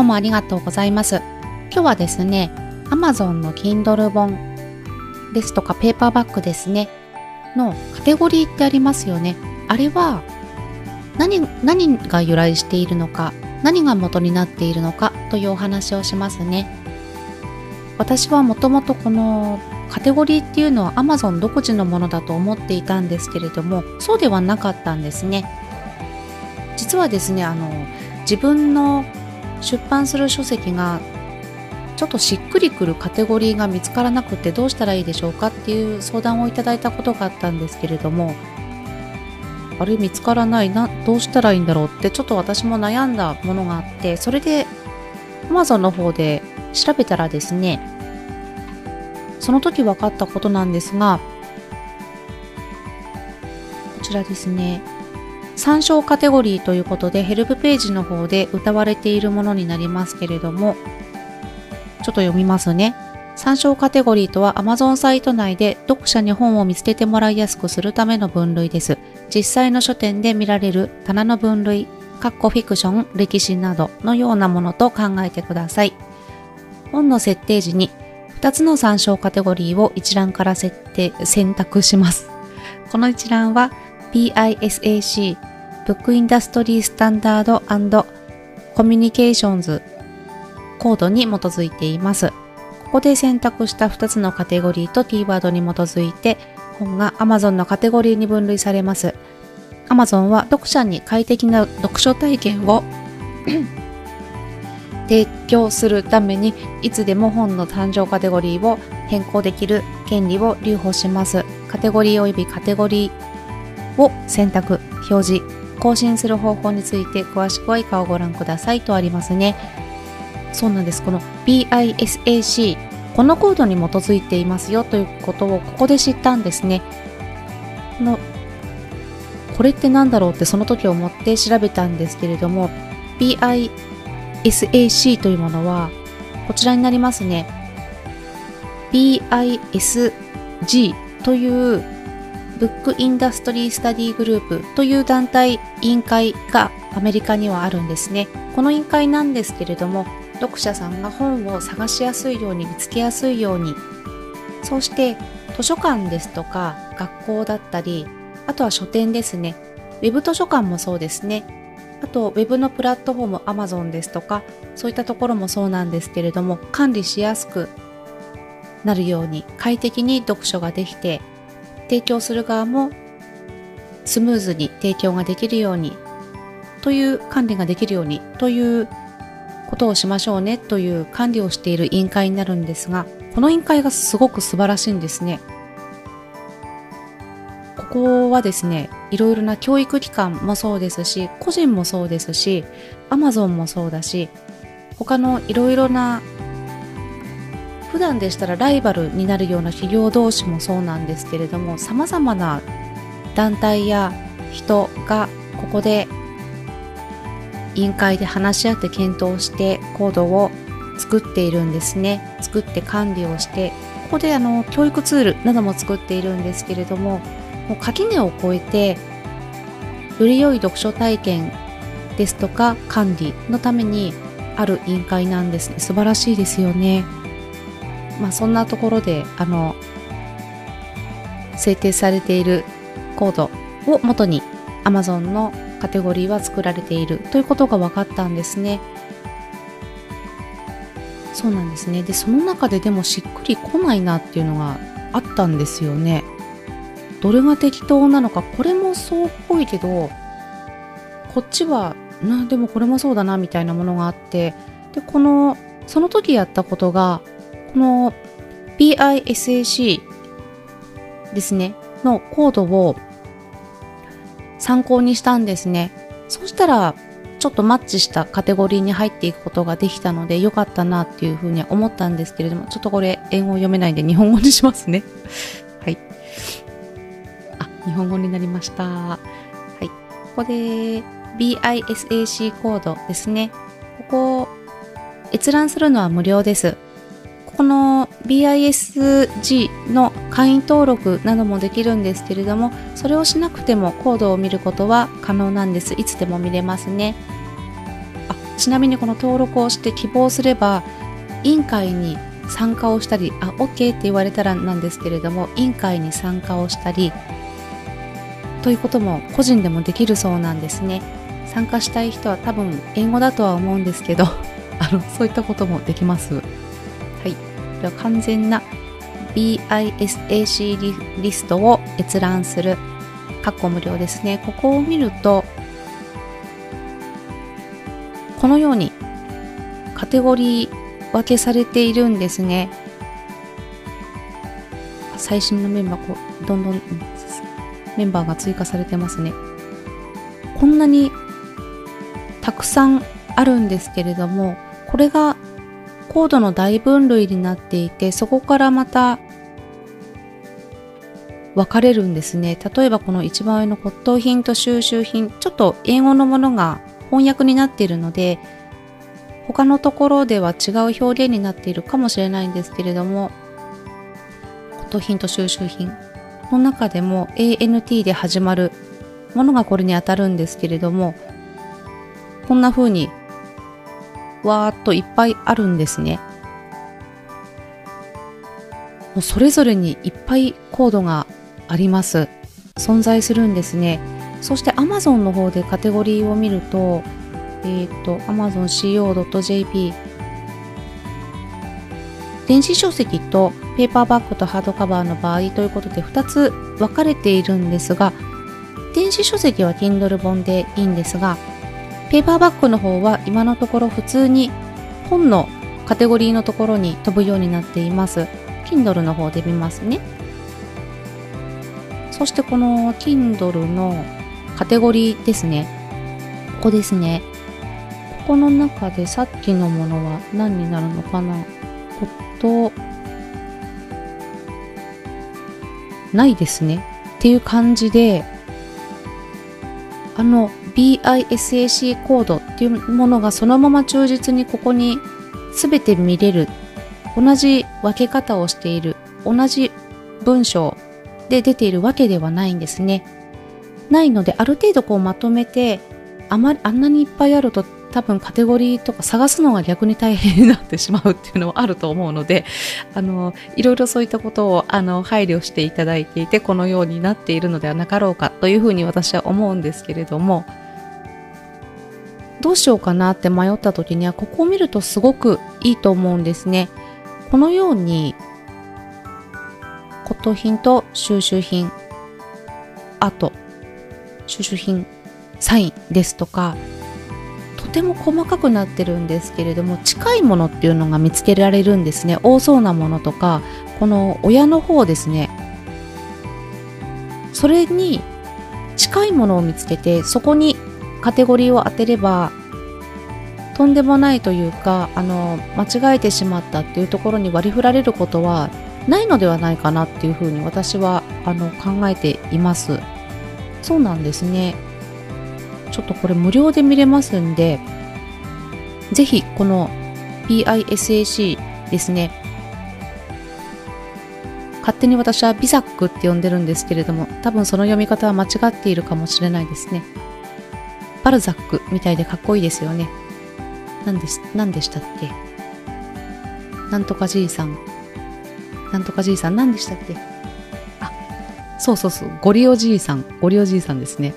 今日もありがとうございます。今日はですね、Amazon の Kindle 本ですとかペーパーバッグですねのカテゴリーってありますよね。あれは何が由来しているのか、何が元になっているのかというお話をしますね。私はもともとこのカテゴリーっていうのは Amazon 独自のものだと思っていたんですけれども、そうではなかったんですね。実はですね、自分の出版する書籍がちょっとしっくりくるカテゴリーが見つからなくてどうしたらいいでしょうかっていう相談をいただいたことがあったんですけれども、あれ見つからないな、どうしたらいいんだろうってちょっと私も悩んだものがあって、それで Amazon の方で調べたらですね、その時分かったことなんですが、こちらですね、参照カテゴリーということでヘルプページの方で謳われているものになりますけれども、ちょっと読みますね。参照カテゴリーとは Amazon サイト内で読者に本を見つけてもらいやすくするための分類です。実際の書店で見られる棚の分類、フィクション、歴史などのようなものと考えてください。本の設定時に2つの参照カテゴリーを一覧から選択します。この一覧は BISAC、Book Industry Standard and Communications コードに基づいています。ここで選択した2つのカテゴリーとキーワードに基づいて本が Amazon のカテゴリーに分類されます。Amazon は読者に快適な読書体験を提供するためにいつでも本の参照カテゴリーを変更できる権利を留保します。カテゴリー及びカテゴリーを選択、表示、更新する方法について詳しくは以下をご覧くださいとありますね。そうなんです。この BISAC、このコードに基づいていますよということをここで知ったんですね。これって何だろうってその時思って調べたんですけれども、 BISAC というものはこちらになりますね。 BISG というブックインダストリースタディグループという団体、委員会がアメリカにはあるんですね。この委員会なんですけれども、読者さんが本を探しやすいように、見つけやすいように、そして図書館ですとか学校だったり、あとは書店ですね、ウェブ図書館もそうですね、あとウェブのプラットフォーム Amazon ですとか、そういったところもそうなんですけれども、管理しやすくなるように、快適に読書ができて、提供する側もスムーズに提供ができるようにという、管理ができるようにということをしましょうねという管理をしている委員会になるんですが、この委員会がすごく素晴らしいんですね。ここはですね、いろいろな教育機関もそうですし、個人もそうですし、Amazon もそうだし、他のいろいろな普段でしたらライバルになるような企業同士もそうなんですけれども、様々な団体や人がここで委員会で話し合って検討してコードを作っているんですね。作って管理をして、ここで教育ツールなども作っているんですけれども、もう垣根を越えてより良い読書体験ですとか管理のためにある委員会なんですね。素晴らしいですよね。そんなところで制定されているコードを元に Amazon のカテゴリーは作られているということが分かったんですね。そうなんですね。で、その中ででもしっくりこないなっていうのがあったんですよね。どれが適当なのか、これもそうっぽいけど、こっちはでもこれもそうだなみたいなものがあって、で、その時やったことが、この BISAC ですねのコードを参考にしたんですね。そうしたらちょっとマッチしたカテゴリーに入っていくことができたので良かったなっていうふうに思ったんですけれども、ちょっとこれ英語読めないんで日本語にしますね。はい。日本語になりました。はい。ここで BISAC コードですね。ここ閲覧するのは無料です。この BISG の会員登録などもできるんですけれども、それをしなくてもコードを見ることは可能なんです。いつでも見れますね。 ちなみにこの登録をして希望すれば委員会に参加をしたり、OK って言われたらなんですけれども、委員会に参加をしたりということも個人でもできるそうなんですね。参加したい人は多分英語だとは思うんですけどそういったこともできます。はい。では完全な BISAC リストを閲覧する無料ですね。ここを見るとこのようにカテゴリー分けされているんですね。最新のメンバーどんどんメンバーが追加されてますね。こんなにたくさんあるんですけれども、これがコードの大分類になっていて、そこからまた分かれるんですね。例えばこの一番上の骨董品と収集品、ちょっと英語のものが翻訳になっているので他のところでは違う表現になっているかもしれないんですけれども、骨董品と収集品の中でも ANT で始まるものがこれに当たるんですけれども、こんな風にわーっといっぱいあるんですね。もうそれぞれにいっぱいコードがあります。存在するんですね。そして Amazon の方でカテゴリーを見ると、amazon.co.jp 電子書籍とペーパーバッグとハードカバーの場合ということで2つ分かれているんですが、電子書籍は Kindle 本でいいんですが、ペーパーバッグの方は今のところ普通に本のカテゴリーのところに飛ぶようになっています。Kindle の方で見ますね。そしてこの Kindle のカテゴリーですね。ここですね。ここの中でさっきのものは何になるのかな？ないですね。っていう感じで、BISAC コードっていうものがそのまま忠実にここに全て見れる。同じ分け方をしている。同じ文章で出ているわけではないんですね。ないので、ある程度こうまとめて、あんなにいっぱいあると多分カテゴリーとか探すのが逆に大変になってしまうっていうのはあると思うので、いろいろそういったことを配慮していただいていて、このようになっているのではなかろうかというふうに私は思うんですけれども、どうしようかなって迷った時にはここを見るとすごくいいと思うんですね。このように骨董品と収集品、あと収集品サインですとか、とても細かくなってるんですけれども、近いものっていうのが見つけられるんですね。多そうなものとか、この親の方ですね、それに近いものを見つけて、そこにカテゴリーを当てればとんでもないというか、間違えてしまったっていうところに割り振られることはないのではないかなっていうふうに私は考えています。そうなんですね。ちょっとこれ無料で見れますんで、ぜひこの BISAC ですね。勝手に私はビザックって呼んでるんですけれども、多分その読み方は間違っているかもしれないですね。バルザックみたいでかっこいいですよね。何でしたっけ？なんとかじいさん。なんとかじいさん、何でしたっけ？そう。ゴリオじいさんですね。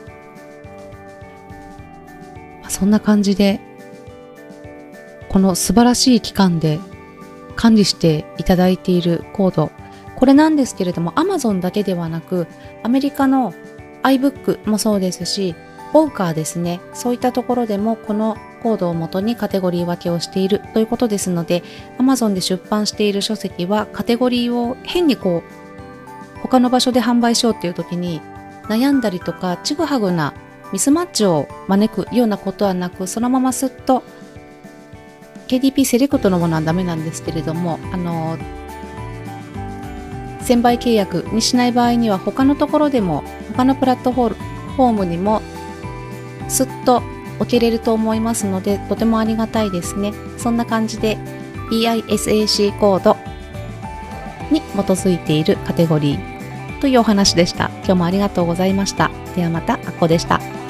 そんな感じで、この素晴らしい期間で管理していただいているコード、これなんですけれども、Amazon だけではなく、アメリカの iBook もそうですし、Bowker ですね、そういったところでもこのコードを元にカテゴリー分けをしているということですので、Amazon で出版している書籍はカテゴリーを変に他の場所で販売しようっていう時に悩んだりとか、ちぐはぐなミスマッチを招くようなことはなく、そのまますっと KDP セレクトのものはダメなんですけれども、専売契約にしない場合には他のところでも、他のプラットフォームにもすっと置けれると思いますので、とてもありがたいですね。そんな感じで BISAC コードに基づいているカテゴリーというお話でした。今日もありがとうございました。ではまた、あっこでした。